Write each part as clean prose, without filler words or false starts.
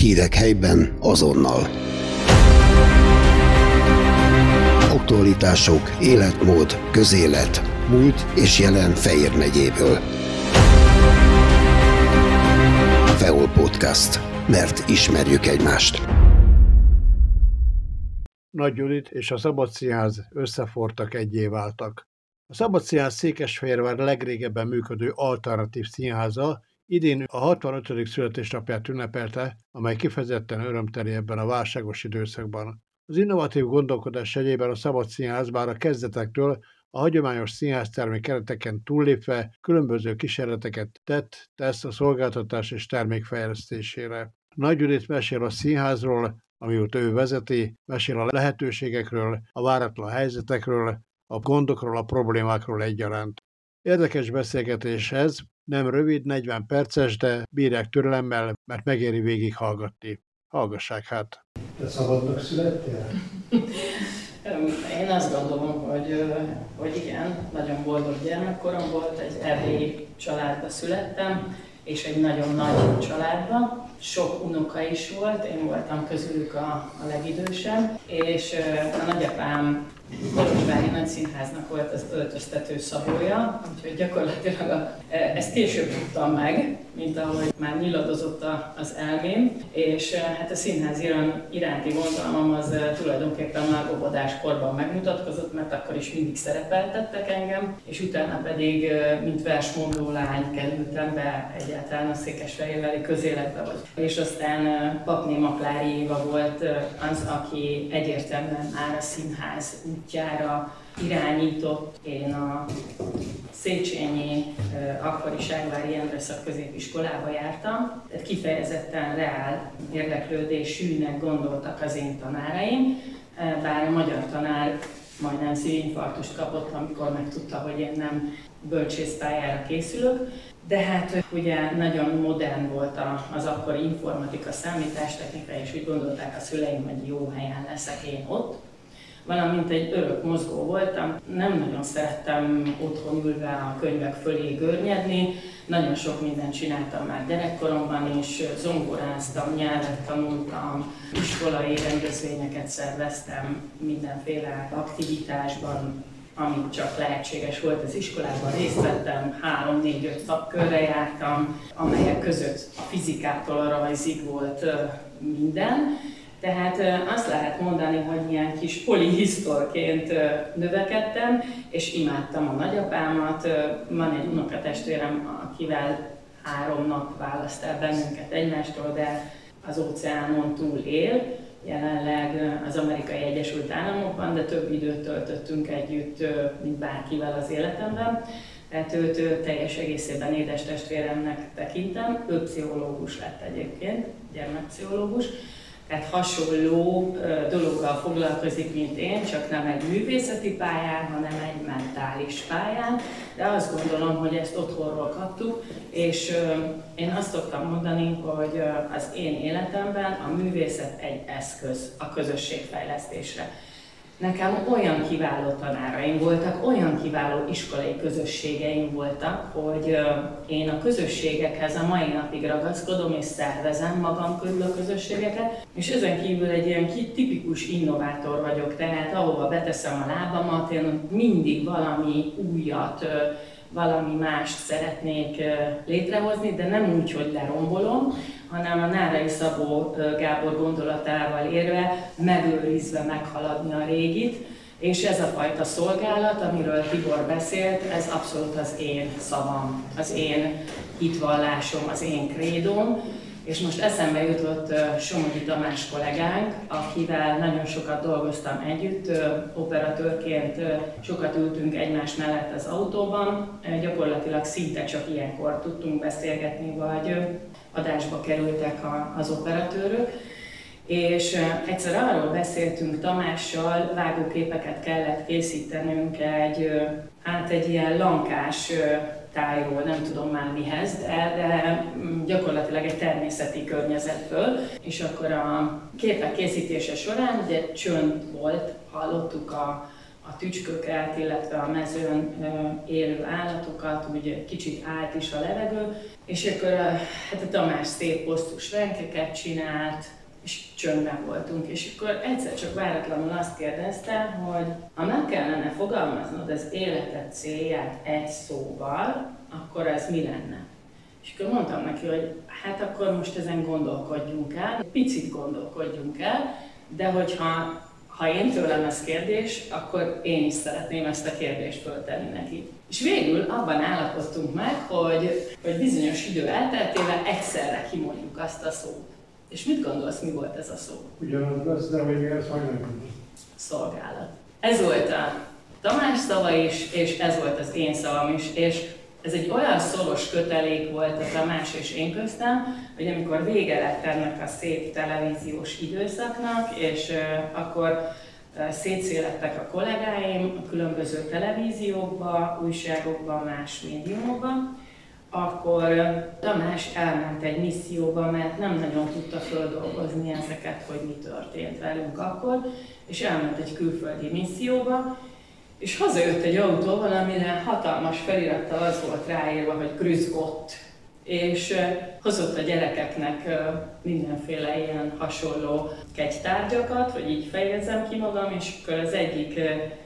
Hírek helyben azonnal. Aktualitások, életmód, közélet, múlt és jelen Fejér megyéből. FEOL Podcast, mert ismerjük egymást. Nagy Judit és a Szabad Színház összefortak, egyé váltak. A Szabad Színház Székesfehérvár legrégebben működő alternatív színháza idén a 65. születésnapját ünnepelte, amely kifejezetten örömteli ebben a válságos időszakban. Az innovatív gondolkodás jegyében a Szabad Színház már a kezdetektől a hagyományos színháztermi kereteken túllépve különböző kísérleteket tesz a szolgáltatás és termék fejlesztésére. Nagy Judit mesél a színházról, amióta ő vezeti, mesél a lehetőségekről, a váratlan helyzetekről, a gondokról, a problémákról egyaránt. Érdekes beszélgetés ez, nem rövid, 40 perces, de bírják türelemmel, mert megéri végighallgatni. Hallgassák hát! Te szabadnak születtél? Én azt gondolom, hogy igen, nagyon boldog gyermekkorom volt, egy erdélyi családba születtem, és egy nagyon nagy családba. Sok unoka is volt, én voltam közülük a legidősebb, és a nagyapám Kolozsvári Nagyszínháznak volt az öltöztető szabója, úgyhogy gyakorlatilag ezt később tudtam meg, mint ahogy már nyiladozott az elmém, és hát a színház iránti vonzalmam az tulajdonképpen már óvodás korban megmutatkozott, mert akkor is mindig szerepeltettek engem, és utána pedig, mint versmondó lány kerültem be egyáltalán a székesfehérvári közéletbe. És aztán Papné Maklári Éva volt az, aki egyértelműen már a színház útjára irányított. Én a Széchenyi akkori Ságvári Endre szakközépiskolába jártam, tehát kifejezetten reál érdeklődésűnek gondoltak az én tanáraim, bár a magyar tanár majdnem szívinfarktust kapott, amikor megtudta, hogy én nem bölcsészpályára készülök. De hát ugye nagyon modern volt az akkori informatika, számítástechnika, és úgy gondolták a szüleim, hogy jó helyen leszek én ott. Valamint egy örök mozgó voltam, nem nagyon szerettem otthon ülve a könyvek fölé görnyedni, nagyon sok mindent csináltam már gyerekkoromban is, zongoráztam, nyelvet tanultam, iskolai rendezvényeket szerveztem, mindenféle aktivitásban, amit csak lehetséges volt az iskolában, részt vettem, 3-4-5 szakkörre jártam, amelyek között a fizikától a rajzig volt minden. Tehát azt lehet mondani, hogy ilyen kis polihisztorként növekedtem, és imádtam a nagyapámat. Van egy unokatestvérem, akivel 3 nap választ el bennünket egymástól, de az óceánon túl él. Jelenleg az Amerikai Egyesült Államokban, de több időt töltöttünk együtt, mint bárkivel az életemben. Tehát őt teljes egészében édestestvéremnek tekintem. Ő pszichológus lett egyébként, gyermekpszichológus. Tehát hasonló dologgal foglalkozik, mint én, csak nem egy művészeti pályán, hanem egy mentális pályán. De azt gondolom, hogy ezt otthonról kaptuk, és én azt szoktam mondani, hogy az én életemben a művészet egy eszköz a közösségfejlesztésre. Nekem olyan kiváló tanáraim voltak, olyan kiváló iskolai közösségeim voltak, hogy én a közösségekhez a mai napig ragaszkodom és szervezem magam körül a közösségeket, és ezen kívül egy ilyen tipikus innovátor vagyok, tehát ahova beteszem a lábamat, én mindig valami újat, valami mást szeretnék létrehozni, de nem úgy, hogy lerombolom, hanem a Nárai Szabó Gábor gondolatával érve, megőrizve meghaladni a régit, és ez a fajta szolgálat, amiről Tibor beszélt, ez abszolút az én szavam, az én hitvallásom, az én krédóm. És most eszembe jutott Somogyi Tamás kollégánk, akivel nagyon sokat dolgoztam együtt, operatőrként sokat ültünk egymás mellett az autóban, gyakorlatilag szinte csak ilyenkor tudtunk beszélgetni, vagy adásba kerültek az operatőrök. És egyszer arról beszéltünk Tamással, vágóképeket kellett készítenünk egy ilyen lankás tájról, nem tudom már mihez, de gyakorlatilag egy természeti környezetből. És akkor a képek készítése során ugye csönd volt, hallottuk a tücsköket, illetve a mezőn élő állatokat, úgy kicsit állt is a levegő, és akkor hát a Tamás szép hosszús renkeket csinált, és csöndben voltunk, és akkor egyszer csak váratlanul azt kérdezte, hogy ha meg kellene fogalmaznod az életed célját egy szóval, akkor ez mi lenne? És akkor mondtam neki, hogy hát akkor most ezen gondolkodjunk el, picit gondolkodjunk el, de hogyha én tőlem ez kérdés, akkor én is szeretném ezt a kérdést föltenni neki. És végül abban állapodtunk meg, hogy bizonyos idő elteltével egyszerre kimondjuk azt a szót. És mit gondolsz, mi volt ez a szó? Ugyanaz lesz, de hogy ez hajnalban. Szolgálat. Ez volt a Tamás szava is, és ez volt az én szavam is, és ez egy olyan szoros kötelék volt a Tamás és én köztem, hogy amikor vége lett ennek a szép televíziós időszaknak, és akkor szétszélettek a kollégáim a különböző televíziókba, újságokba, más médiumokba, akkor Tamás elment egy misszióba, mert nem nagyon tudta földolgozni ezeket, hogy mi történt velünk akkor, és elment egy külföldi misszióba, és hazajött egy autóval, amire hatalmas felirattal az volt ráírva, hogy Grüß Gott, és hozott a gyerekeknek mindenféle ilyen hasonló kegytárgyakat, hogy így fejezzem ki magam, és akkor az egyik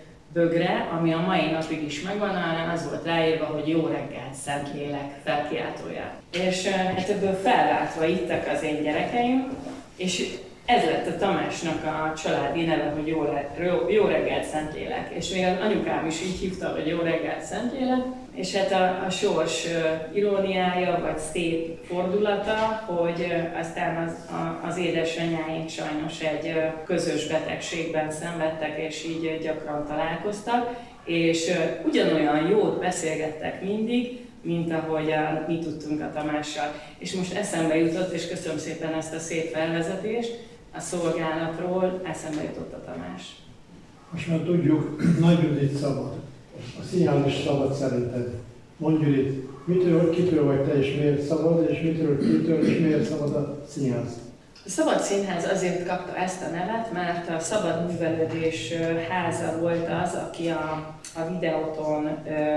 bögre, ami a mai napig is megvan, az volt ráírva, hogy jó reggelt, Szentlélek felkiáltójá. És hát ebből felváltva ittek az én gyerekeim, és ez lett a Tamásnak a családi neve, hogy jó reggelt, Szentlélek. És még az anyukám is így hívta, hogy jó reggelt, Szentlélek. És hát a sors iróniája, vagy szép fordulata, hogy aztán az édesanyáink sajnos egy közös betegségben szenvedtek, és így gyakran találkoztak, és ugyanolyan jót beszélgettek mindig, mint ahogy mi tudtunk a Tamással. És most eszembe jutott, és köszönöm szépen ezt a szép felvezetést, a szolgálatról eszembe jutott a Tamás. Most már tudjuk, Nagy Judit szabad. A színház is szabad szerinted. Mondj Judit, kitől vagy te és miért szabad, és kitől és miért szabad a színház? A Szabad Színház azért kapta ezt a nevet, mert a Szabad Művelődés Háza volt az, aki a Videoton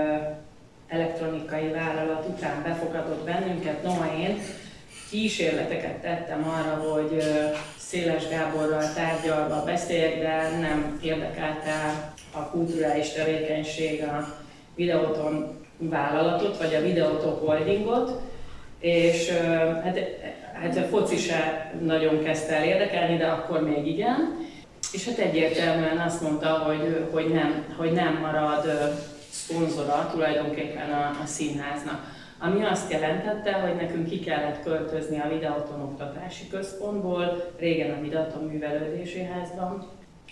elektronikai vállalat után befogadott bennünket. Noha én kísérleteket tettem arra, hogy Széles Gáborral tárgyalva beszéljek, de nem érdekelte a kulturális tevékenység a Videoton vállalatot, vagy a Videoton holdingot, és hát a foci se nagyon kezdte el érdekelni, de akkor még igen. És hát egyértelműen azt mondta, hogy nem marad szponzora tulajdonképpen a színháznak. Ami azt jelentette, hogy nekünk ki kellett költözni a Videoton oktatási központból, régen a Videoton művelődési házban.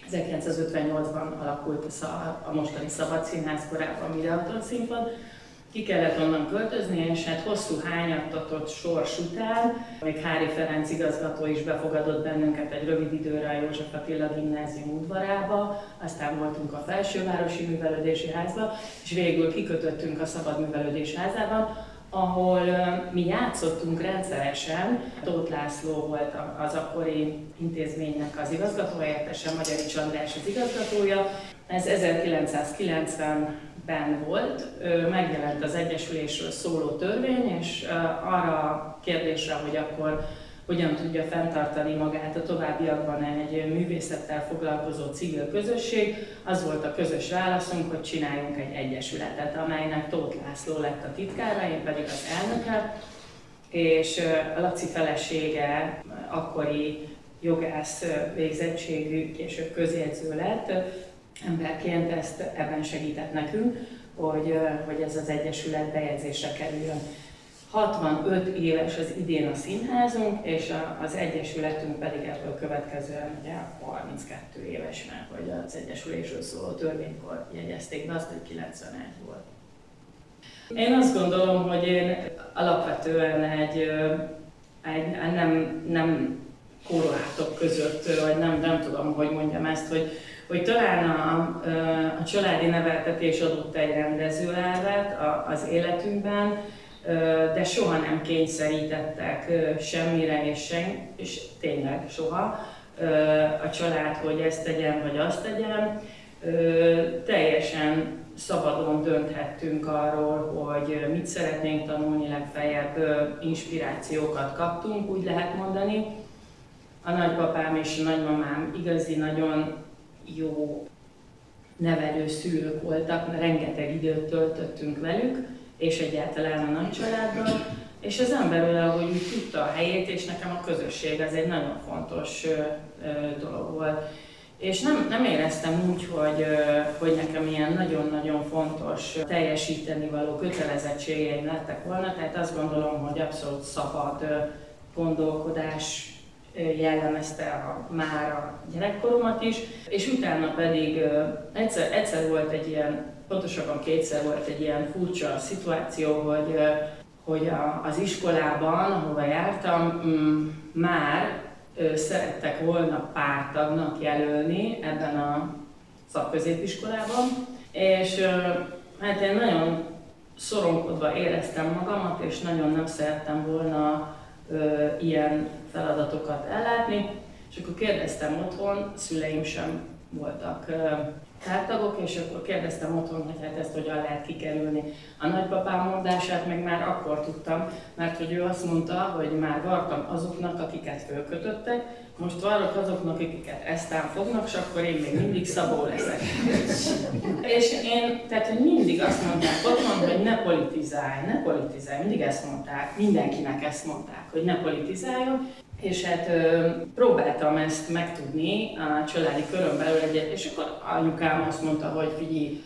1958-ban alakult a mostani Szabad Színház, korábban Videoton színpad. Ki kellett onnan költözni, és hát hosszú hányattatott sors után még Hári Ferenc igazgató is befogadott bennünket egy rövid időre a József Attila Gimnázium udvarába, aztán voltunk a Felsővárosi Művelődési Házba, és végül kikötöttünk a Szabad Művelődés Házában, ahol mi játszottunk rendszeresen. Tóth László volt az akkori intézménynek az igazgatóhelyettese, Magyarics András az igazgatója. Ez 1990-ben volt, megjelent az Egyesülésről szóló törvény, és arra a kérdésre, hogy akkor hogyan tudja fenntartani magát a továbbiakban egy művészettel foglalkozó civil közösség, az volt a közös válaszunk, hogy csináljunk egy egyesületet, amelynek Tóth László lett a titkára, én pedig az elnöke, és Laci felesége akkori jogász végzettségű, később közjegyző lett, emberként ebben segített nekünk, hogy ez az egyesület bejegyzésre kerüljön. 65 éves az idén a színházunk, és az egyesületünk pedig ebből következően ugye 32 éves, mert hogy az egyesülésről szóló törvénykor jegyezték be azt, hogy 91 volt. Én azt gondolom, hogy én alapvetően nem korlátok között, vagy nem tudom, hogy mondjam ezt, hogy talán a családi neveltetés adott egy rendezőelvet az életünkben, de soha nem kényszerítettek semmire, és tényleg soha a család, hogy ezt tegyen, vagy azt tegyen. teljesen szabadon dönthettünk arról, hogy mit szeretnénk tanulni, legfeljebb inspirációkat kaptunk, úgy lehet mondani. A nagypapám és a nagymamám igazi nagyon jó nevelő szülők voltak, rengeteg időt töltöttünk velük, és egyáltalán a nagycsaládban, és az ember olyan, hogy úgy tudta a helyét, és nekem a közösség ez egy nagyon fontos dolog volt. És nem éreztem úgy, hogy nekem ilyen nagyon-nagyon fontos teljesíteni való kötelezettségeim lettek volna, tehát azt gondolom, hogy abszolút szabad gondolkodás jellemezte már a gyerekkoromat is, és utána pedig egyszer volt egy ilyen, pontosabban kétszer volt egy ilyen furcsa szituáció, hogy az iskolában, ahova jártam, már szerettek volna párttagnak jelölni ebben a szakközépiskolában, és hát én nagyon szorongkodva éreztem magamat, és nagyon nem szerettem volna ilyen feladatokat ellátni, és akkor kérdeztem otthon, szüleim sem voltak párttagok, és akkor kérdeztem otthon, hogy hát ezt hogyan lehet kikerülni. A nagypapám mondását meg már akkor tudtam, mert hogy ő azt mondta, hogy már vartam azoknak, akiket fölkötöttek, most várok azoknak, akiket eztán fognak, és akkor én még mindig Szabó leszek. És én, tehát hogy mindig azt mondták otthon, hogy ne politizálj, mindig ezt mondták, mindenkinek ezt mondták, hogy ne politizáljon. És hát próbáltam ezt megtudni a családi körön belül egyet, és akkor anyukám azt mondta, hogy figyelj,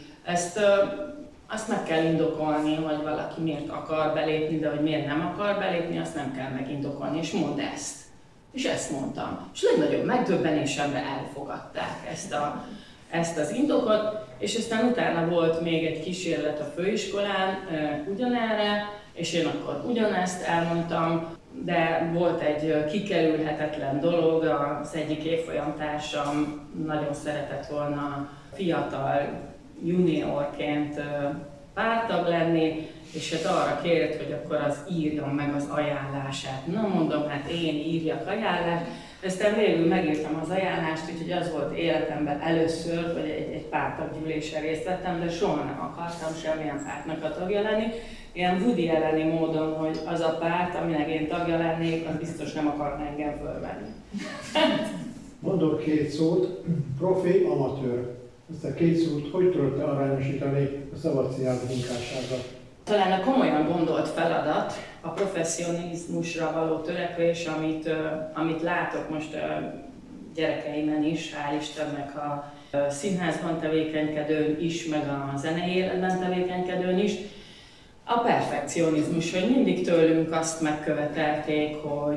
azt meg kell indokolni, hogy valaki miért akar belépni, de hogy miért nem akar belépni, azt nem kell megindokolni, és mondd ezt. És ezt mondtam. És legnagyobb megdöbbenésemre elfogadták ezt az indokot, és aztán utána volt még egy kísérlet a főiskolán ugyanerre, és én akkor ugyanezt elmondtam, de volt egy kikerülhetetlen dolog, az egyik évfolyamtársam nagyon szeretett volna fiatal juniorként párttag lenni, és hát arra kért, hogy akkor az írjam meg az ajánlását. Na mondom, hát én írjak ajánlást, aztán végül megírtam az ajánlást, úgyhogy az volt életemben először, hogy egy párttaggyűlésen részt vettem, de soha nem akartam semmilyen pártnak a tagja lenni. Ilyen Woody Alleni módon, hogy az a párt, aminek én tagja lennék, az biztos nem akarna engem fölvenni. Mondok két szót, profi, amatőr. Ezt a két szót hogy tudod te arányosítani a szabadszínház munkássága? Talán a komolyan gondolt feladat, a professzionalizmusra való törekvés, amit látok most gyerekeimen is, hál' Istennek a színházban tevékenykedőn is, meg a zenei életben tevékenykedőn is, a perfekcionizmus, hogy mindig tőlünk azt megkövetelték,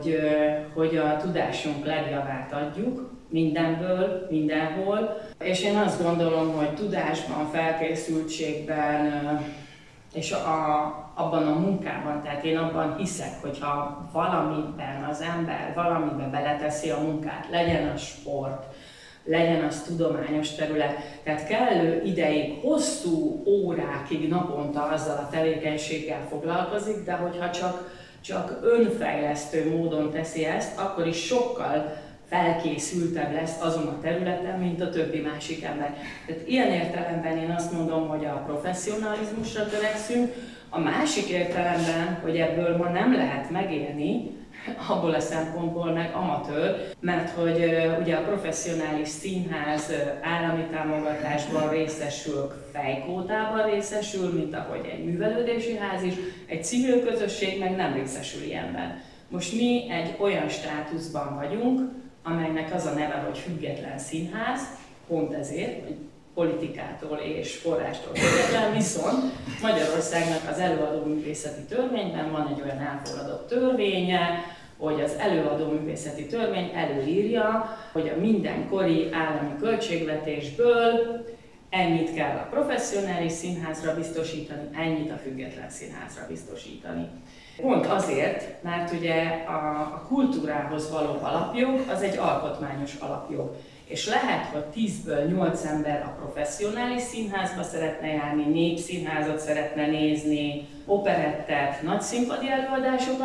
hogy a tudásunk legjavát adjuk, mindenből, mindenhol, és én azt gondolom, hogy tudásban, felkészültségben, és abban a munkában, tehát én abban hiszek, hogyha valamiben az ember valamiben beleteszi a munkát, legyen az sport, legyen az tudományos terület, tehát kellő ideig, hosszú órákig naponta azzal a tevékenységgel foglalkozik, de hogyha csak önfejlesztő módon teszi ezt, akkor is sokkal felkészültebb lesz azon a területen, mint a többi másik ember. Tehát ilyen értelemben én azt mondom, hogy a professzionalizmusra törekszünk, a másik értelemben, hogy ebből ma nem lehet megélni, abból a szempontból meg amatőr, mert hogy ugye a professzionális színház állami támogatásban részesül, fejkvótában részesül, mint ahogy egy művelődési ház is, egy civil közösség meg nem részesül ilyenben. Most mi egy olyan státuszban vagyunk, amelynek az a neve, hogy független színház, pont ezért, hogy politikától és forrástól független, viszont Magyarországnak az előadóművészeti törvényben van egy olyan elfogadott törvénye, hogy az előadóművészeti törvény előírja, hogy a mindenkori állami költségvetésből ennyit kell a professzionális színházra biztosítani, ennyit a független színházra biztosítani. Pont azért, mert ugye a kultúrához való alapjog az egy alkotmányos alapjog. És lehet, hogy 10-ből 8 ember a professzionális színházba szeretne járni, népszínházat szeretne nézni, operettet, nagy színpadi előadásokat,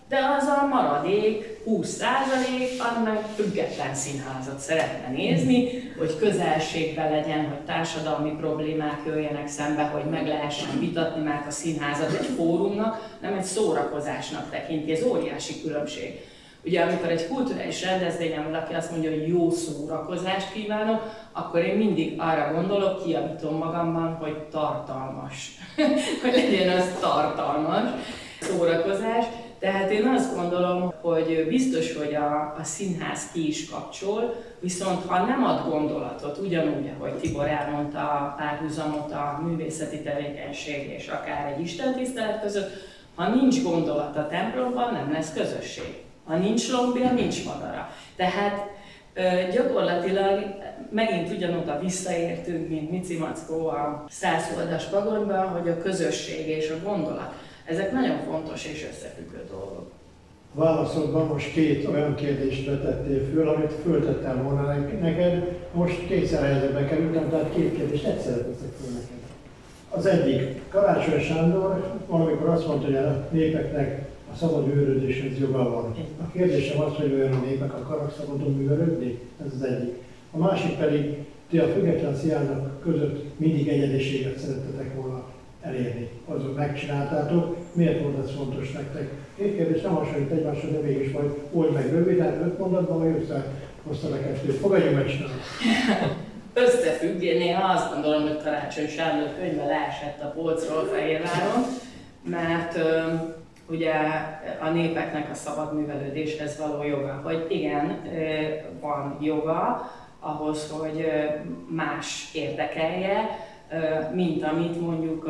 De az a maradék 20%, az meg független színházat szeretne nézni, hogy közelségben legyen, hogy társadalmi problémák jöjjenek szembe, hogy meg lehessen vitatni, mert a színházat egy fórumnak, nem egy szórakozásnak tekinti. Ez óriási különbség. Ugye amikor egy kulturális rendezvényen valaki azt mondja, hogy jó szórakozást kívánok, akkor én mindig arra gondolok, kijavítom magamban, hogy tartalmas. Hogy legyen az tartalmas szórakozás. Tehát én azt gondolom, hogy biztos, hogy a színház ki is kapcsol, viszont ha nem ad gondolatot, ugyanúgy, ahogy Tibor elmondta a párhuzamot a művészeti tevékenység és akár egy istentisztelet között, ha nincs gondolat a templomban, nem lesz közösség. Ha nincs lombja, nincs madara. Tehát gyakorlatilag megint ugyanoda visszaértünk, mint Mici Mackó a 100 oldas pagonban, hogy a közösség és a gondolat. Ezek nagyon fontos és összefüggő dolgok. A válaszodban most két olyan kérdést vetettél föl, amit föltettem volna neked. Most kétszer helyzetbe kerültem, tehát két kérdést egyszerre teszek föl neked. Az egyik, Karácsony Sándor valamikor azt mondta, hogy a népeknek a szabad művelődéshez joga van. A kérdésem az, hogy olyan a népek akarnak szabadon művelődni? Ez az egyik. A másik pedig, ti a független színházak között mindig egyediséget szerettetek volna elérni. Azok megcsináltátok. Miért volt ez fontos nektek? Két kérdés nem hasonlít egymásra, de mégis majd old meg röviden, 5 mondatban, vagy összehozta a kettőt. Fogadjunk meg csinálni. Összefügg, én néha azt gondolom, hogy Karácsony Sándor könyve leesett a polcról Fehérváron, mert ugye a népeknek a szabad művelődéshez való joga, hogy igen, van joga ahhoz, hogy más érdekelje, mint amit mondjuk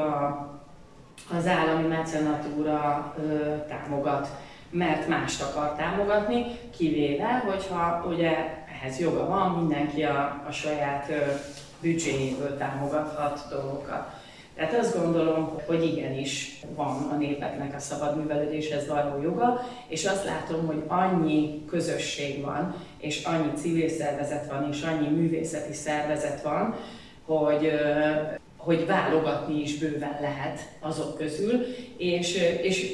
az állami mecenatúra támogat, mert mást akar támogatni, kivéve, hogyha ugye ehhez joga van, mindenki a saját büdzséjéből támogathat dolgokat. Tehát azt gondolom, hogy igenis van a népeknek a szabad művelődéshez való joga, és azt látom, hogy annyi közösség van, és annyi civil szervezet van, és annyi művészeti szervezet van, hogy válogatni is bőven lehet azok közül, és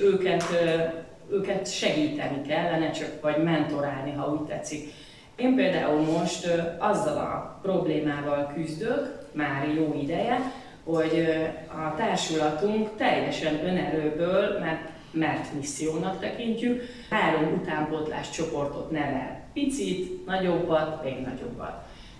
őket segíteni kellene, csak vagy mentorálni, ha úgy tetszik. Én például most azzal a problémával küzdök, már jó ideje, hogy a társulatunk teljesen önerőből, mert missziónak tekintjük, 3 utánpótlás csoportot nevel. Picit, nagyobbat, még nagyobbat.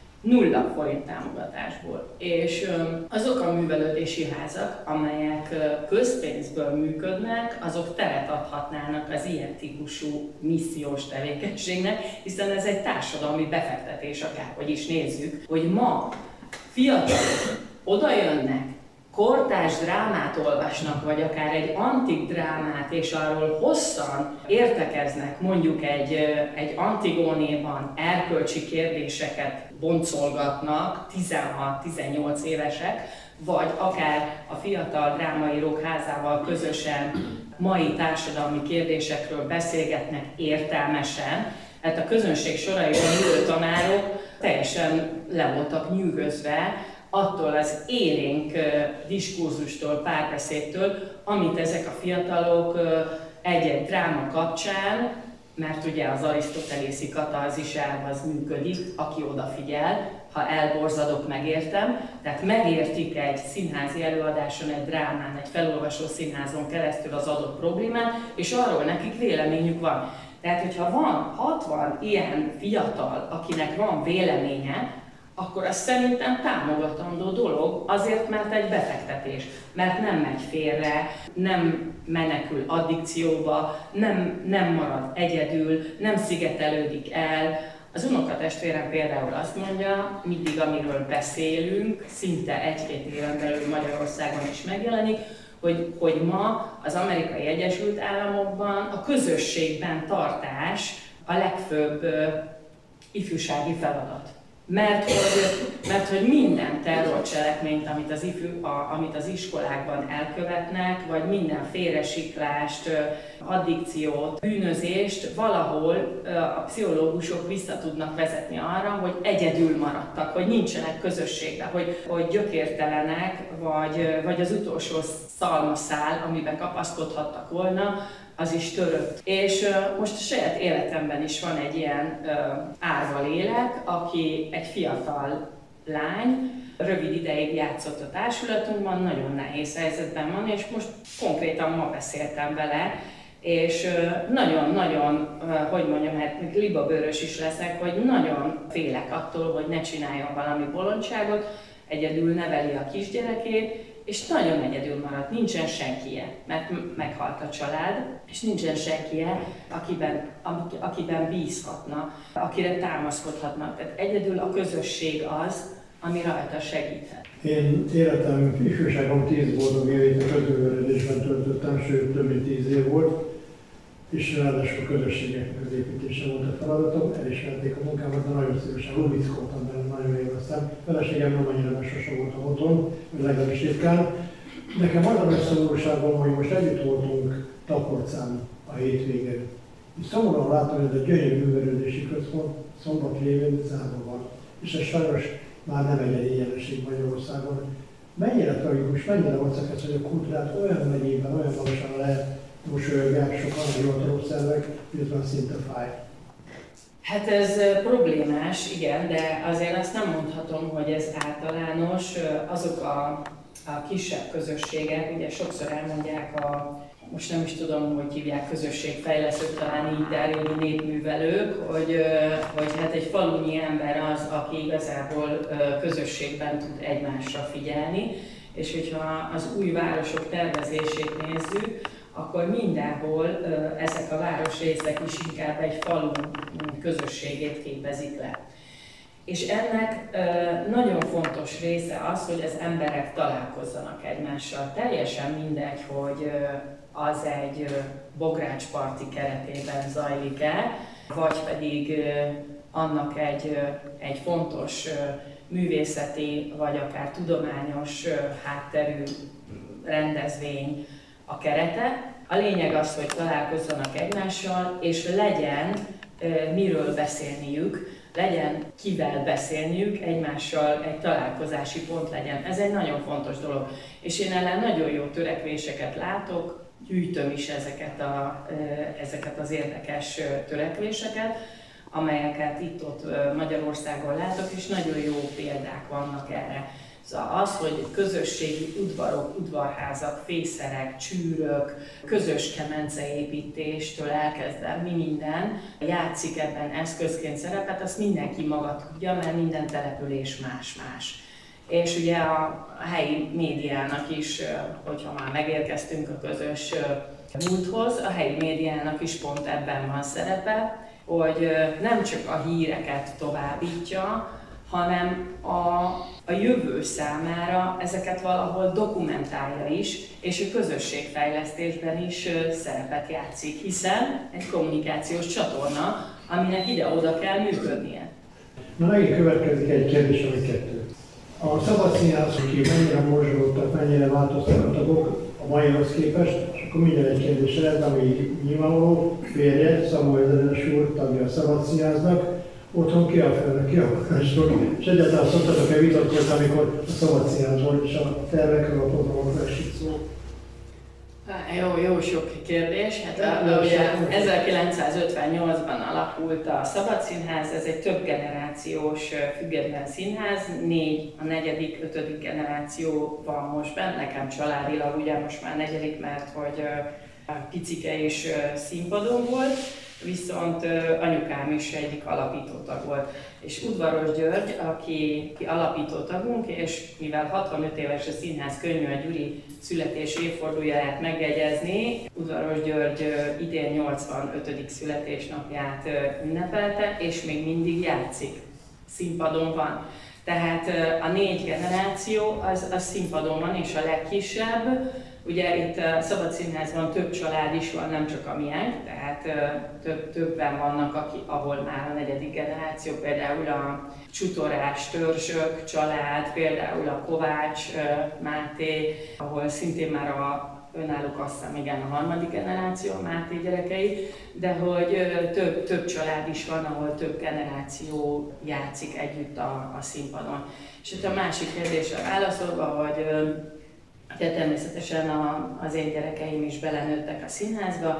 0 forint támogatásból. És azok a művelődési házak, amelyek közpénzből működnek, azok teret adhatnának az ilyen típusú missziós tevékenységnek, hiszen ez egy társadalmi befektetés, akárhogy is nézzük, hogy ma fiatalok oda jönnek, kortárs drámát olvasnak, vagy akár egy antik drámát, és arról hosszan értekeznek, mondjuk egy Antigónéban erkölcsi kérdéseket boncolgatnak, 16-18 évesek, vagy akár a fiatal drámaírók házával közösen mai társadalmi kérdésekről beszélgetnek értelmesen. Hát a közönség soraiban ülő tanárok teljesen le voltak nyűgözve attól az élénk diskurzustól, párbeszédtől, amit ezek a fiatalok egy-egy dráma kapcsán, mert ugye az arisztotelészi katarzis elv az működik, aki odafigyel, ha elborzadok, megértem, tehát megértik egy színházi előadáson, egy drámán, egy felolvasó színházon keresztül az adott problémát, és arról nekik véleményük van. Tehát, hogyha van 60 ilyen fiatal, akinek van véleménye, akkor az szerintem támogatandó dolog, azért, mert egy befektetés, mert nem megy félre, nem menekül addikcióba, nem marad egyedül, nem szigetelődik el. Az unokatestvérem például azt mondja, mindig amiről beszélünk, szinte 1-2 éven belül Magyarországon is megjelenik, hogy ma az Amerikai Egyesült Államokban a közösségben tartás a legfőbb ifjúsági feladat. Mert hogy minden terrorcselekményt, amit az iskolákban elkövetnek, vagy minden félresiklást, addikciót, bűnözést valahol a pszichológusok vissza tudnak vezetni arra, hogy egyedül maradtak, hogy nincsenek közösségben, hogy gyökértelenek, vagy az utolsó szalmaszál, amiben kapaszkodhattak volna, az is törött. És most a saját életemben is van egy ilyen árva lélek, aki egy fiatal lány, rövid ideig játszott a társulatunkban, nagyon nehéz helyzetben van, és most konkrétan ma beszéltem vele, és nagyon-nagyon, hogy mondjam, hát libabőrös is leszek, hogy nagyon félek attól, hogy ne csináljon valami bolondságot, egyedül neveli a kisgyerekét, és nagyon egyedül maradt, nincsen senkije, mert meghalt a család, és nincsen senkije, akiben bízhatna, akire támaszkodhatnak. Tehát egyedül a közösség az, ami rajta segíthet. Én életem, ifjúságom 10 boldog évét a közművelődésben töltöttem, sőt több mint 10 év volt, és ráadásul a közösségeknek az építése volt a feladatom, elismerték a munkámat, de nagyon szívesen lubickoltam benne, nagyon élveztem. Feleségem nem annyira, mert sosem voltam otthon, vagy legalábbis ritkán. Nekem az a nagy szomorúságom, hogy most együtt voltunk Tapolcán a hétvégén. És szomorúan látom, hogy ez a gyönyörű művelődési központ Szombat révén zárva van. És ez sajnos már nem egyedi jelenség Magyarországon. Mennyire tragikus, mennyire hozzák ezt, hogy a kultúrát olyan megyében, olyan magasan lehet mosolyogják sokan a hivatalos szervek, illetve szinte fáj. Hát ez problémás, igen, de azért azt nem mondhatom, hogy ez általános. Azok a kisebb közösségek, ugye sokszor elmondják most nem is tudom, hogy hívják, közösségfejlesztők, talán így, de régi népművelők, hogy hát egy falunyi ember az, aki igazából közösségben tud egymásra figyelni, és hogyha az új városok tervezését nézzük, akkor mindenhol ezek a városrészek is inkább egy falu közösségét képezik le. És ennek nagyon fontos része az, hogy az emberek találkozzanak egymással. Teljesen mindegy, hogy az egy bográcsparti keretében zajlik-e, vagy pedig annak egy fontos művészeti, vagy akár tudományos hátterű rendezvény a kerete. A lényeg az, hogy találkozzanak egymással, és legyen miről beszélniük, legyen kivel beszélniük, egymással egy találkozási pont legyen. Ez egy nagyon fontos dolog. És én ellen nagyon jó törekvéseket látok, gyűjtöm is ezeket az érdekes törekvéseket, amelyeket itt-ott Magyarországon látok, és nagyon jó példák vannak erre. Szóval az, hogy közösségi udvarok, udvarházak, fészerek, csűrök, közös kemenceépítéstől elkezdve mi minden játszik ebben eszközként szerepet, azt mindenki maga tudja, mert minden település más-más. És ugye a helyi médiának is, hogyha már megérkeztünk a közös múlthoz, a helyi médiának is pont ebben van szerepe, hogy nem csak a híreket továbbítja, hanem a jövő számára ezeket valahol dokumentálja is, és a közösségfejlesztésben is szerepet játszik, hiszen egy kommunikációs csatorna, aminek ide-oda kell működnie. Na megint következik egy kérdés, ami kettő. A szabad színházak mennyire morzsolódtak, mennyire változtak a tagok a maihoz képest, és akkor minden egy kérdés ered, ami nyilvánvaló, férje, Samuel Zenes úr, tagja a Szabad Színháznak, otthon ki a főnök, ki a parancsnok, és egyáltalán szoktatok-e vitatkozni, amikor a Szabad Színház volt, és a tervekről, a programokról esik szó? Jó sok kérdés. Hát ugye 1958-ban alakult a Szabad Színház, ez egy több generációs független színház, a negyedik, ötödik generáció van most benne, nekem családilag ugye most már negyedik, mert hogy picike és színpadon volt, viszont anyukám is egyik alapító tag volt. És Udvaros György, aki alapító tagunk, és mivel 65 éves a színház, könnyű a Gyuri születés évfordulóját megjegyezni, Udvaros György idén 85. születésnapját ünnepelte, és még mindig játszik. Színpadon van. Tehát a 4 generáció az színpadon van, és a legkisebb. Ugye itt a Szabad Színházban több család is van, nem csak a miénk, tehát többen vannak, ahol már a 4. generáció, például a Csutorás törzsök család, például a Kovács Máté, ahol szintén már önállók, azt hiszem, igen, a 3. generáció, a Máté gyerekei, de hogy több család is van, ahol több generáció játszik együtt a színpadon. És itt a másik kérdésre válaszolva, hogy de természetesen az én gyerekeim is belenőttek a színházba,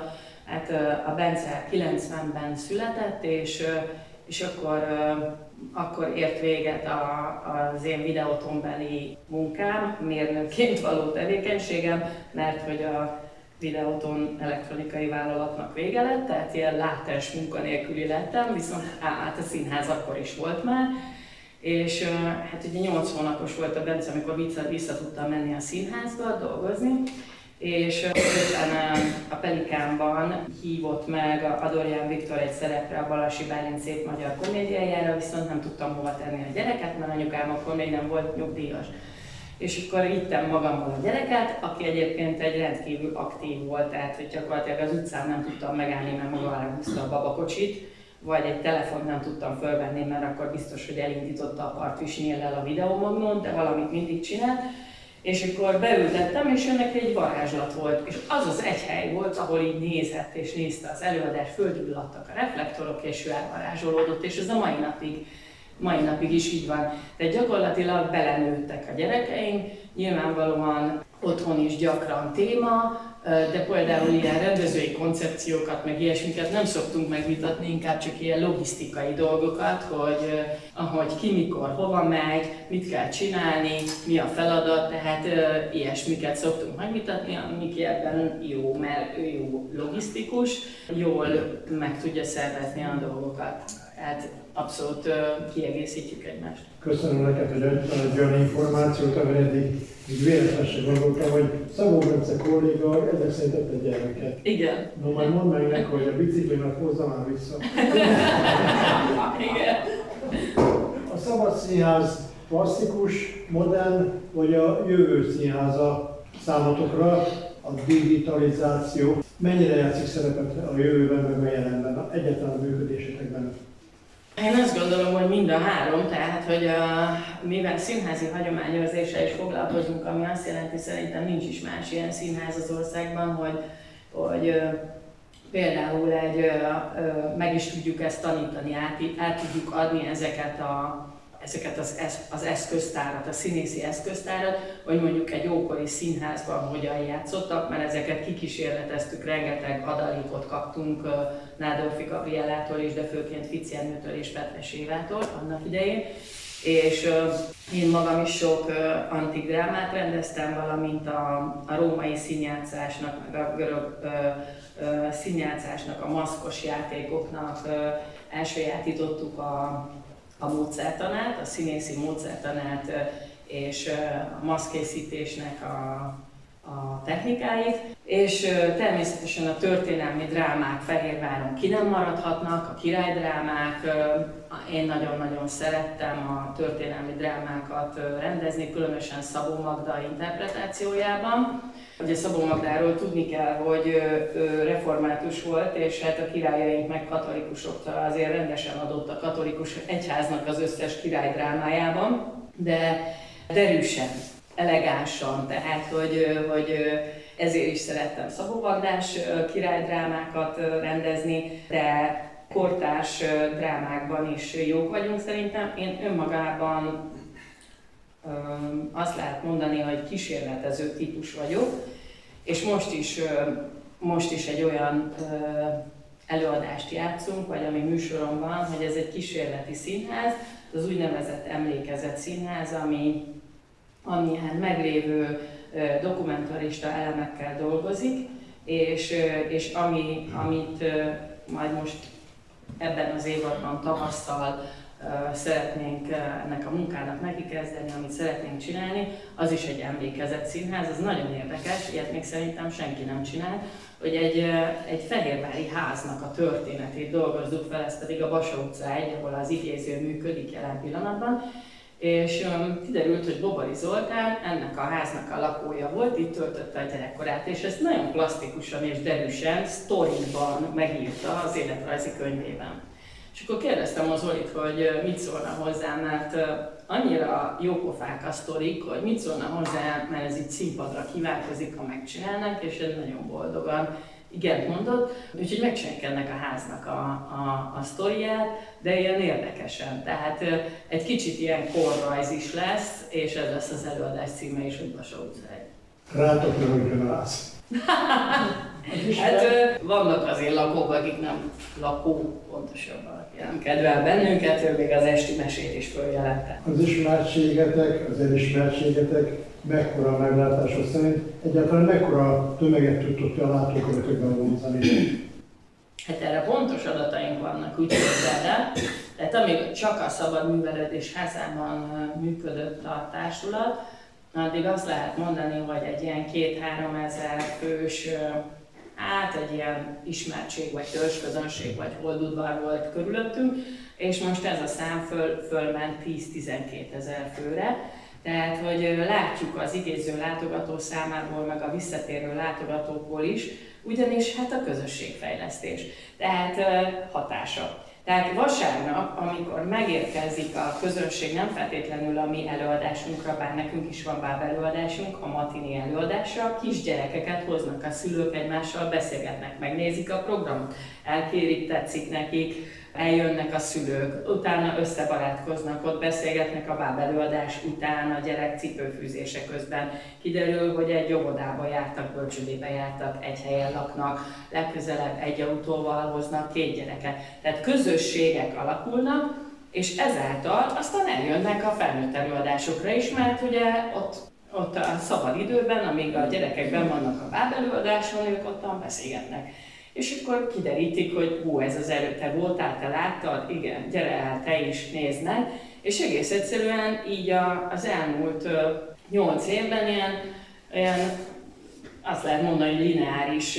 Hát a Bence 90-ben született, és akkor ért véget az én videótonbeli munkám, mérnökként való tevékenységem, mert hogy a Videóton elektronikai vállalatnak vége lett, tehát ilyen látás munkanélküli lettem, viszont hát a színház akkor is volt már. És hát ugye 8 hónapos volt a Bence, amikor vissza tudtam menni a színházba dolgozni, és utána a Pelikánban hívott meg a Dorján Viktor egy szerepre a Balassi Bálint szép magyar komédiájára, viszont nem tudtam hova tenni a gyereket, mert anyukám akkor még nem volt nyugdíjas. És akkor ittem magammal a gyereket, aki egyébként egy rendkívül aktív volt, tehát hogy gyakorlatilag az utcán nem tudtam megállni, mert maga elhúzta a babakocsit, vagy egy telefont nem tudtam fölvenni, mert akkor biztos, hogy elindította a partvisnyéllel a videómagnón, de valamit mindig csinált. És akkor beültettem, és ennek egy varázslat volt. És az az egy hely volt, ahol így nézett és nézte az előadást, földüllattak a reflektorok, és ő elvarázsolódott, és ez a mai napig is így van. De gyakorlatilag belenőttek a gyerekeink, nyilvánvalóan otthon is gyakran téma, de például ilyen rendezői koncepciókat, meg ilyesmiket nem szoktunk megvitatni, inkább csak ilyen logisztikai dolgokat, hogy ki mikor, hova megy, mit kell csinálni, mi a feladat, tehát ilyesmiket szoktunk megvitatni, Miki ebben jó, mert ő jó logisztikus, jól meg tudja szervezni a dolgokat. Hát abszolút kiegészítjük egymást. Köszönöm neked, hogy adtál egy olyan információt, amely eddig véletlenül sem gondoltam, hogy Szabó Bence kolléga ezek szerint tett egy gyermeket. Igen. No, majd mondd meg neki, hogy a biciklimet hozza már vissza. Igen. A Szabad Színház klasszikus, modern, vagy a jövő színháza számotokra, a digitalizáció mennyire játszik szerepet a jövőben, meg a jelenben, egyáltalán a működésetekben? Én azt gondolom, hogy mind a három, tehát hogy mivel színházi hagyományőrzéssel is foglalkozunk, ami azt jelenti, szerintem nincs is más ilyen színház az országban, hogy például meg is tudjuk ezt tanítani, át tudjuk adni ezeket az eszköztárat, a színészi eszköztárat, hogy mondjuk egy ókori színházban hogyan játszottak, mert ezeket kikísérleteztük, rengeteg adalékot kaptunk Nádorfi Gabriellától is, de főként Fici Ernőtől és Petres Évától annak idején. És én magam is sok antik drámát rendeztem, valamint a római színjátszásnak, meg a görög színjátszásnak, a maszkos játékoknak elsajátítottuk a módszertanát, a színészi módszertanát és a maszkkészítésnek a technikáit, és természetesen a történelmi drámák Fehérváron ki nem maradhatnak, a királydrámák. Én nagyon-nagyon szerettem a történelmi drámákat rendezni, különösen Szabó Magda interpretációjában. Ugye Szabó Magdáról tudni kell, hogy ő református volt, és hát a királyaink meg katolikusoktól azért rendesen adott a katolikus egyháznak az összes királydrámájában, de derűsen, elegánsan, tehát hogy ezért is szerettem Szabó Magdás királydrámákat rendezni, de kortárs drámákban is jók vagyunk szerintem. Én önmagában azt lehet mondani, hogy kísérletező típus vagyok, és most is egy olyan előadást játszunk, vagy ami műsoron van, hogy ez egy kísérleti színház, az úgynevezett emlékezett színház, ami hát meglévő dokumentarista elemekkel dolgozik, és amit majd most ebben az évadban tavasszal szeretnénk ennek a munkának nekikezdeni, amit szeretnénk csinálni, az is egy emlékezett színház, ez nagyon érdekes, ilyet még szerintem senki nem csinál, hogy egy fehérvári háznak a történetét dolgozzuk fel, ez pedig a Basa utca 1, ahol az idéző működik jelen pillanatban, és kiderült, hogy Bobari Zoltán ennek a háznak a lakója volt, itt töltötte a gyerekkorát, és ezt nagyon plastikusan és derűsen, sztoriban megírta az életrajzi könyvében. És akkor kérdeztem az Zolit, hogy mit szólna hozzá, mert annyira jópofák a sztorik, hogy mit szólna hozzá, mert ez így színpadra kiváltozik, ha megcsinálnak, és ez nagyon boldogan igent mondott, úgyhogy megcsináljuk ennek a háznak a sztoriát, de ilyen érdekesen. Tehát egy kicsit ilyen korrajz is lesz, és ez lesz az előadás címe is, hogy Basa utca 1. Rátok nem, hogy jön a láz. Hát vannak azért lakók, akik nem lakó, pontosabban, aki nem kedvel bennünket, ő még az esti mesét is följelette. Az ismertségetek, az elismertségetek mekkora meglátásod szerint, egyáltalán mekkora tömeget tudtok a látókörökökben vonzani? Hát erre pontos adataink vannak, úgy képzeld. Tehát amíg csak a Szabad Művelődés Házában működött a társulat, addig azt lehet mondani, hogy egy ilyen 2-3 ezer fős, hát egy ilyen ismertség, vagy törzsközönség, vagy holdudvar volt körülöttünk, és most ez a szám fölment 10-12 ezer főre. Tehát, hogy látjuk az idéző látogató számából, meg a visszatérő látogatókból is, ugyanis hát a közösségfejlesztés, tehát hatása. Tehát vasárnap, amikor megérkezik a közönség, nem feltétlenül a mi előadásunkra, bár nekünk is van báb előadásunk, a matini előadásra, kisgyerekeket hoznak a szülők egymással, beszélgetnek, megnézik a programot, elkérik, tetszik nekik, eljönnek a szülők, utána összebarátkoznak, ott beszélgetnek a báb előadás után, a gyerek cipőfűzése közben. Kiderül, hogy egy óvodába jártak, bölcsődébe jártak, egy helyen laknak, legközelebb egy autóval hoznak 2 gyereket. Tehát közösségek alakulnak, és ezáltal aztán eljönnek a felnőtt előadásokra is, mert ugye ott a szabad időben, amíg a gyerekek benn vannak a báb előadáson, ők ottan beszélgetnek. És akkor kiderítik, hogy ez az erő, te voltál, te láttad, igen, gyere el, te is nézd meg. És egész egyszerűen így az elmúlt 8 évben ilyen azt lehet mondani, hogy lineáris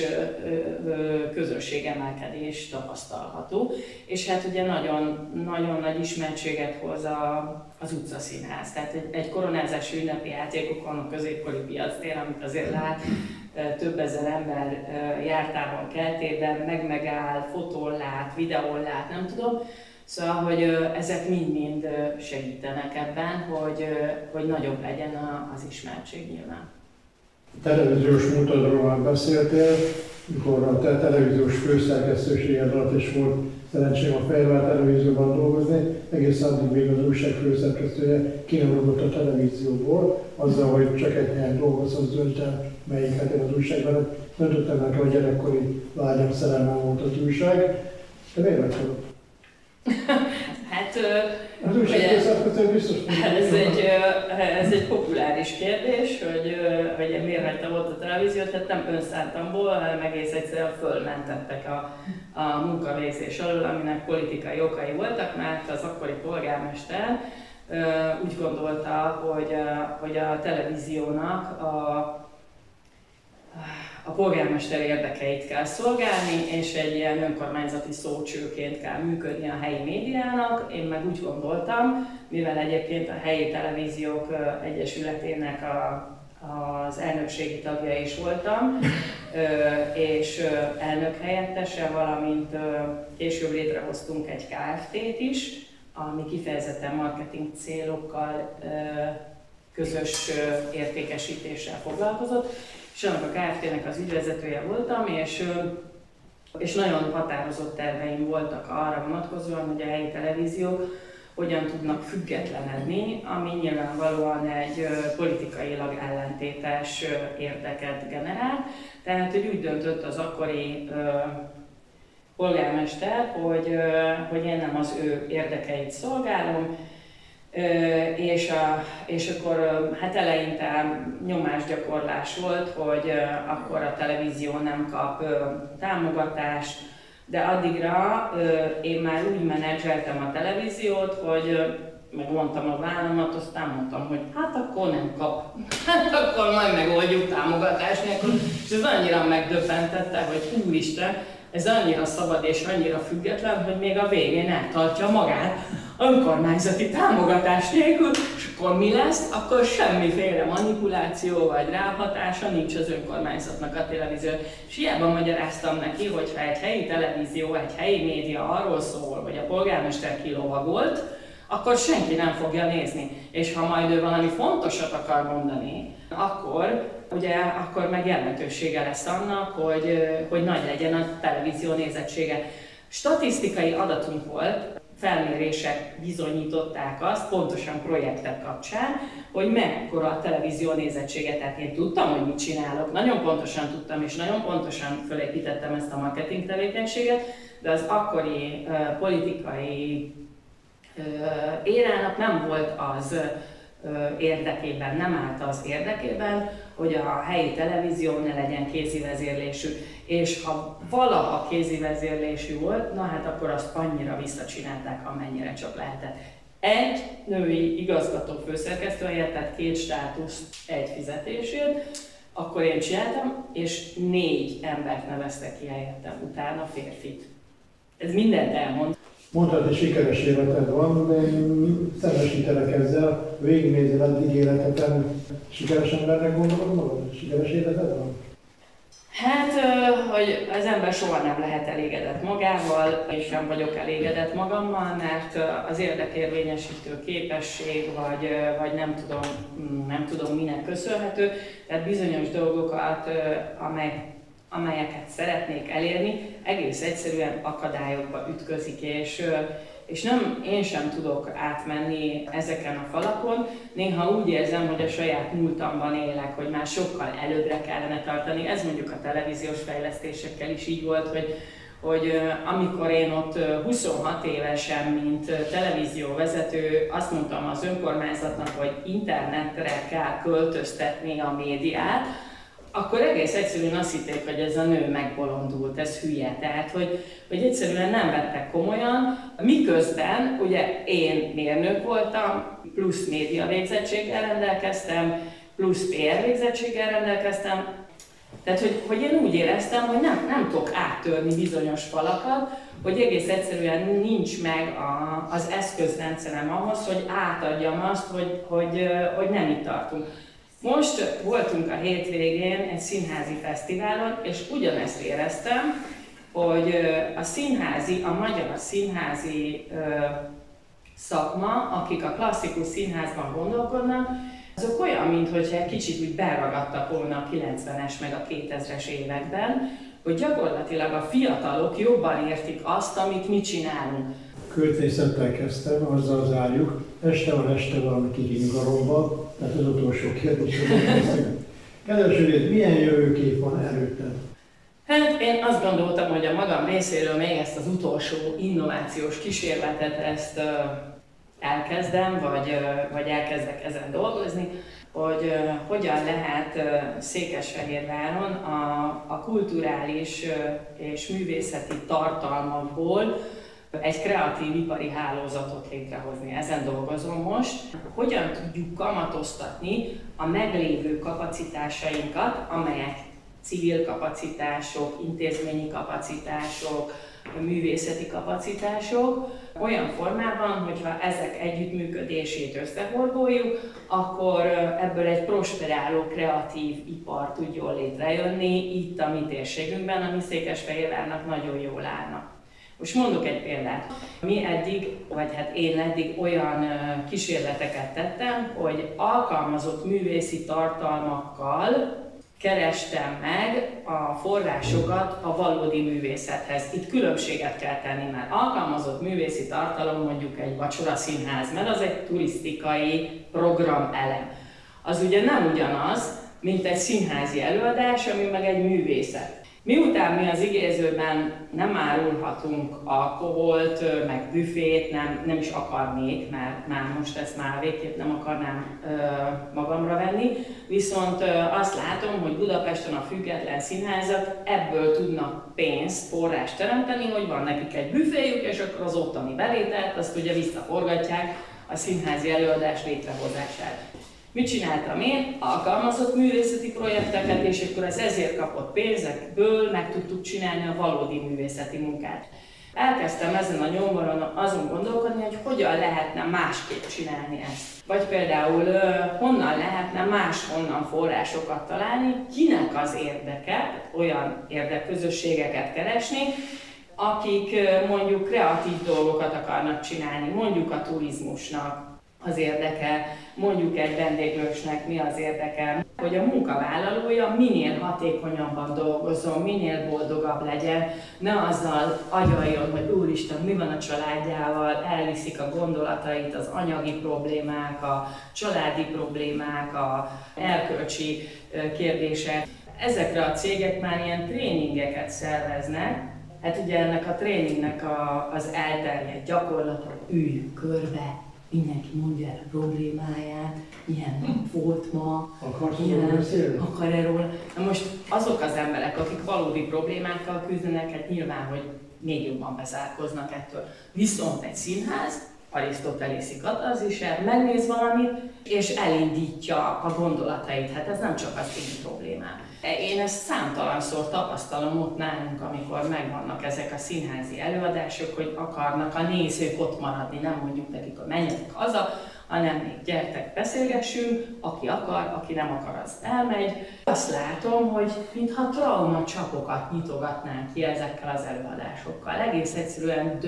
közönségemelkedés tapasztalható. És hát ugye nagyon nagy ismertséget hoz az utcaszínház. Tehát egy koronázási ünnepi játékokon a középkori piactér, amit azért lát, több ezer ember jártában, keltében, megáll, fotón lát, videón lát, nem tudom. Szóval, hogy ezek mind-mind segítenek ebben, hogy nagyobb legyen az ismertség nyilván. Televíziós mutatról már beszéltél, mikor a te televíziós főszerkesztőséged alatt is volt szerencsém a Fehérvár Televízióban dolgozni, egész addig még az újság főszerkesztője kinevelődött a televízióból, azzal, hogy csak egy helyen dolgozhat, dönt el, melyik hetén az újságban. Döntöttem meg, hogy gyerekkori vágyam, szerelmem volt az újság. De miért vagy ott? Hát, az újságfőszerkesztő biztos, ez egy populáris kérdés, hogy miért hagytam ott a televíziót, tehát nem önszántamból, hanem egész egyszerűen fölmentettek a munkavégzés alól, aminek politikai okai voltak, mert az akkori polgármester úgy gondolta, hogy a televíziónak a polgármester érdekeit kell szolgálni, és egy ilyen önkormányzati szócsőként kell működni a helyi médiának. Én meg úgy gondoltam, mivel egyébként a helyi televíziók egyesületének az elnökségi tagja is voltam, és elnök helyettese, valamint később létrehoztunk egy Kft-t is, ami kifejezetten marketing célokkal, közös értékesítéssel foglalkozott. És annak a Kft-nek az ügyvezetője voltam, és nagyon határozott terveim voltak arra vonatkozóan, hogy a helyi televíziók hogyan tudnak függetlenedni, ami nyilvánvalóan egy politikailag ellentétes érdeket generál. Tehát, hogy úgy döntött az akkori polgármester, hogy én nem az ő érdekeit szolgálom, és akkor hát eleinte nyomásgyakorlás volt, hogy akkor a televízió nem kap támogatást, de addigra én már úgy menedzseltem a televíziót, hogy megmondtam a vállamat, aztán mondtam, hogy hát akkor nem kap, hát akkor majd megoldjuk támogatás nélkül. És ez annyira megdöbbentette, hogy úristen, ez annyira szabad és annyira független, hogy még a végén eltartja magát önkormányzati támogatás nélkül, és akkor mi lesz? Akkor semmiféle manipuláció vagy ráhatása nincs az önkormányzatnak a televízió. És hiába magyaráztam neki, hogy ha egy helyi televízió, egy helyi média arról szól, hogy a polgármester kilovagolt, akkor senki nem fogja nézni. És ha majd ő valami fontosat akar mondani, akkor meg jelentősége lesz annak, hogy nagy legyen a televízió nézettsége. Statisztikai adatunk volt, felmérések bizonyították azt, pontosan projektek kapcsán, hogy mekkora a televízió nézettsége. Tehát én tudtam, hogy mit csinálok, nagyon pontosan tudtam, és nagyon pontosan fölépítettem ezt a marketing tevékenységet, de az akkori politikai érának nem volt az érdekében, nem állt az érdekében, hogy a helyi televízió ne legyen kézi vezérlésű. És ha valaha kézi vezérlésű volt, na hát akkor azt annyira visszacsinálták, amennyire csak lehetett. Egy női igazgató főszerkesztő helyett, tehát 2 státuszt egy fizetésért, akkor én csináltam, és 4 embert neveztek ki helyettem utána, férfit. Ez mindent elmond. Mondtad, hogy sikeres életed van, de én szembesítelek ezzel, végignézel eddig életeden, sikeres embernek gondolod magad? Sikeres életed van? Hát, hogy az ember soha nem lehet elégedett magával, és sem vagyok elégedett magammal, mert az érdekérvényesítő képesség, vagy nem tudom minek köszönhető, tehát bizonyos dolgokat, amelyeket szeretnék elérni, egész egyszerűen akadályokba ütközik, és én sem tudok átmenni ezeken a falakon. Néha úgy érzem, hogy a saját múltamban élek, hogy már sokkal előbbre kellene tartani. Ez mondjuk a televíziós fejlesztésekkel is így volt, hogy amikor én ott 26 évesen, mint televízióvezető, azt mondtam az önkormányzatnak, hogy internetre kell költöztetni a médiát, akkor egész egyszerűen azt hitték, hogy ez a nő megbolondult, ez hülye. Tehát, hogy egyszerűen nem vettek komolyan, miközben ugye én mérnök voltam, plusz média végzettséggel rendelkeztem, plusz PR végzettséggel rendelkeztem. Tehát, hogy én úgy éreztem, hogy nem tudok áttörni bizonyos falakat, hogy egész egyszerűen nincs meg az eszközrendszerem ahhoz, hogy átadjam azt, hogy nem itt tartunk. Most voltunk a hétvégén egy színházi fesztiválon, és ugyanezt éreztem, hogy a magyar színházi szakma, akik a klasszikus színházban gondolkodnak, azok olyan, mintha egy kicsit úgy beragadtak volna a 90-es meg a 2000-es években, hogy gyakorlatilag a fiatalok jobban értik azt, amit mi csinálunk. Költészettel kezdtem, azzal zárjuk. Este van valami kikingaromba, tehát az utolsó kérdés. Kedves Judit, milyen jövőkép van előtted? Hát én azt gondoltam, hogy a magam részéről még ezt az utolsó innovációs kísérletet elkezdem, vagy elkezdek ezen dolgozni, hogy hogyan lehet Székesfehérváron a kulturális és művészeti tartalmakból egy kreatív ipari hálózatot létrehozni. Ezen dolgozom most. Hogyan tudjuk kamatoztatni a meglévő kapacitásainkat, amelyek civil kapacitások, intézményi kapacitások, művészeti kapacitások, olyan formában, hogyha ezek együttműködését összehorgoljuk, akkor ebből egy prosperáló kreatív ipar tudjon létrejönni itt a mi térségünkben, ami Székesfehérvárnak nagyon jól állnak. Most mondok egy példát. Én eddig olyan kísérleteket tettem, hogy alkalmazott művészi tartalmakkal kerestem meg a forrásokat a valódi művészethez. Itt különbséget kell tenni, mert alkalmazott művészi tartalom mondjuk egy vacsoraszínház, mert az egy turisztikai programelem. Az ugye nem ugyanaz, mint egy színházi előadás, ami meg egy művészet. Miután mi az igézőben nem árulhatunk alkoholt, meg büfét, nem is akarnék, mert már most ezt már végképp nem akarnám magamra venni, viszont azt látom, hogy Budapesten a független színházak ebből tudnak pénzt, forrást teremteni, hogy van nekik egy büféjük, és akkor az ottani bevételt, azt ugye visszaforgatják a színházi előadás létrehozását. Mit csináltam én? Alkalmazott művészeti projekteket, és akkor az ezért kapott pénzekből meg tudtuk csinálni a valódi művészeti munkát. Elkezdtem ezen a nyomvonon azon gondolkodni, hogy hogyan lehetne másképp csinálni ezt. Vagy például honnan lehetne máshonnan forrásokat találni, kinek az érdeke, olyan érdekközösségeket keresni, akik mondjuk kreatív dolgokat akarnak csinálni, mondjuk a turizmusnak, az érdeke, mondjuk egy vendéglősnek mi az érdeke, hogy a munkavállalója minél hatékonyabban dolgozzon, minél boldogabb legyen, ne azzal agyaljon, hogy úristen, mi van a családjával, elviszik a gondolatait, az anyagi problémák, a családi problémák, a erkölcsi kérdések. Ezekre a cégek már ilyen tréningeket szerveznek. Hát ugye ennek a tréningnek az elterjedt gyakorlata, ülj körbe, mindenki mondja el a problémáját, milyen nap volt ma, akar erről. Na most azok az emberek, akik valódi problémákkal küzdenek, hát nyilván, hogy még jobban bezárkoznak ettől. Viszont egy színház, arisztotelészi katarzise, megnéz valamit, és elindítja a gondolatait. Hát ez nem csak az én problémám. Én ezt számtalanszor tapasztalom ott nálunk, amikor megvannak ezek a színházi előadások, hogy akarnak a nézők ott maradni, nem mondjuk nekik, hogy menjetek haza, hanem még gyertek, beszélgessünk, aki akar, aki nem akar, az elmegy. Azt látom, hogy mintha traumacsapokat nyitogatnánk ki ezekkel az előadásokkal. Egész egyszerűen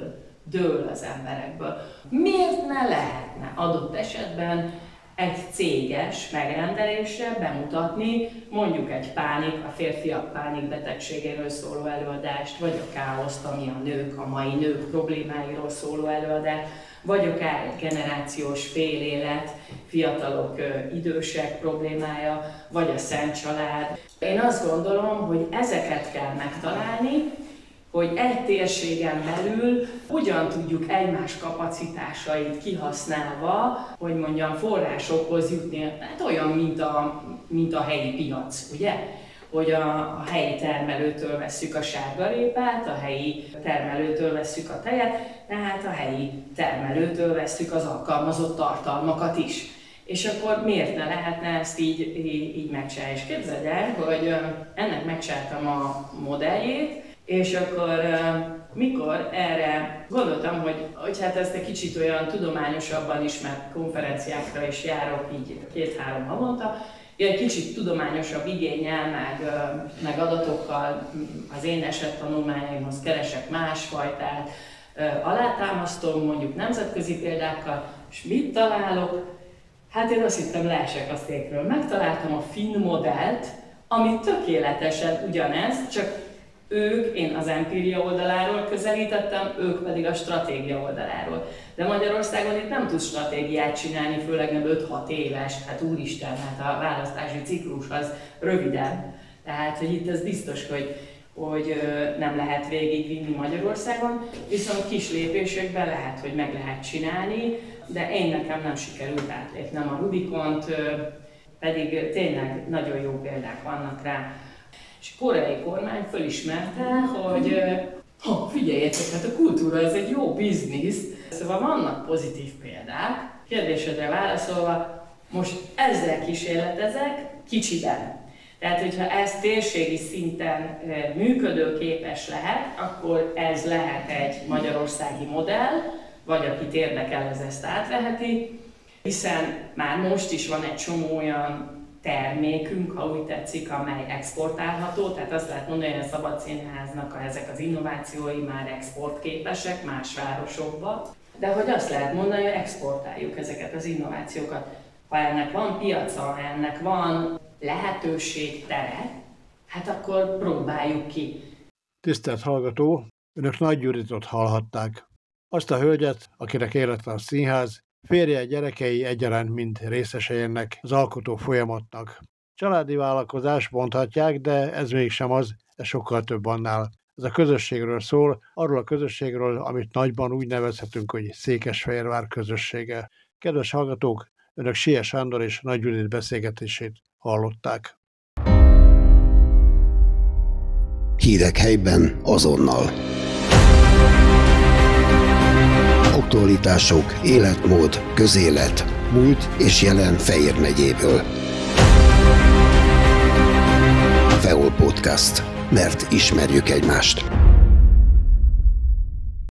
dől az emberekből. Miért ne lehetne adott esetben egy céges megrendelésre bemutatni mondjuk egy a férfiak pánikbetegségéről szóló előadást, vagy a káoszt, ami a mai nők problémáiról szóló előadást, vagy akár egy generációs félélet, fiatalok, idősek problémája, vagy a Szent Család. Én azt gondolom, hogy ezeket kell megtalálni, hogy egy térségen belül hogyan tudjuk egymás kapacitásait kihasználva, hogy mondjam, forrásokhoz jutni, hát olyan, mint a helyi piac, ugye? Hogy a helyi termelőtől vesszük a sárgarépát, a helyi termelőtől vesszük a tejet, tehát a helyi termelőtől vesszük az alkalmazott tartalmakat is. És akkor miért ne lehetne ezt így megcsinálni? És képzeld el, hogy ennek megcsináltam a modelljét, és akkor mikor erre gondoltam, hogy hát ezt egy kicsit olyan tudományosabban is, mert konferenciákra is járok így 2-3 havonta, egy kicsit tudományosabb igénnyel, meg adatokkal az én esettanulmányaimhoz keresek másfajtát, alátámasztom mondjuk nemzetközi példákkal, és mit találok? Hát én azt hittem, leesek a székről. Megtaláltam a finn modellt, ami tökéletesen ugyanez, csak én az empíria oldaláról közelítettem, ők pedig a stratégia oldaláról. De Magyarországon itt nem tudsz stratégiát csinálni, főleg nem 5-6 éves, hát úristen, hát a választási ciklus az rövidebb. Tehát, hogy itt ez biztos, hogy nem lehet végigvinni Magyarországon, viszont kis lépésekben lehet, hogy meg lehet csinálni, de nekem nem sikerült átlépnem a Rubikont, pedig tényleg nagyon jó példák vannak rá. És a koreai kormány felismerte, hogy figyeljetek, hát a kultúra ez egy jó biznisz, szóval vannak pozitív példák. Kérdésedre válaszolva, most ezzel kísérletezek kicsiben. Tehát, hogyha ez térségi szinten működőképes lehet, akkor ez lehet egy magyarországi modell, vagy akit érdekel, ez ezt átveheti, hiszen már most is van egy csomó olyan termékünk, ha úgy tetszik, amely exportálható, tehát azt lehet mondani, hogy a Szabad Színháznak ezek az innovációi már exportképesek más városokba, de hogy azt lehet mondani, hogy exportáljuk ezeket az innovációkat. Ha ennek van piaca, ha ennek van lehetőség, tere, hát akkor próbáljuk ki. Tisztelt hallgató, önök Nagy Juditot hallhatták. Azt a hölgyet, akinek élete a színház, férje, gyerekei egyaránt mind részesei ennek az alkotó folyamatnak. Családi vállalkozás mondhatják, de ez mégsem az, ez sokkal több annál. Ez a közösségről szól, arról a közösségről, amit nagyban úgy nevezhetünk, hogy Székesfehérvár közössége. Kedves hallgatók, önök Sies Sándor és Nagy Judit beszélgetését hallották. Hírek helyben azonnal. Aktualitások, életmód, közélet, múlt és jelen Fejér megyéből. FEOL Podcast, mert ismerjük egymást.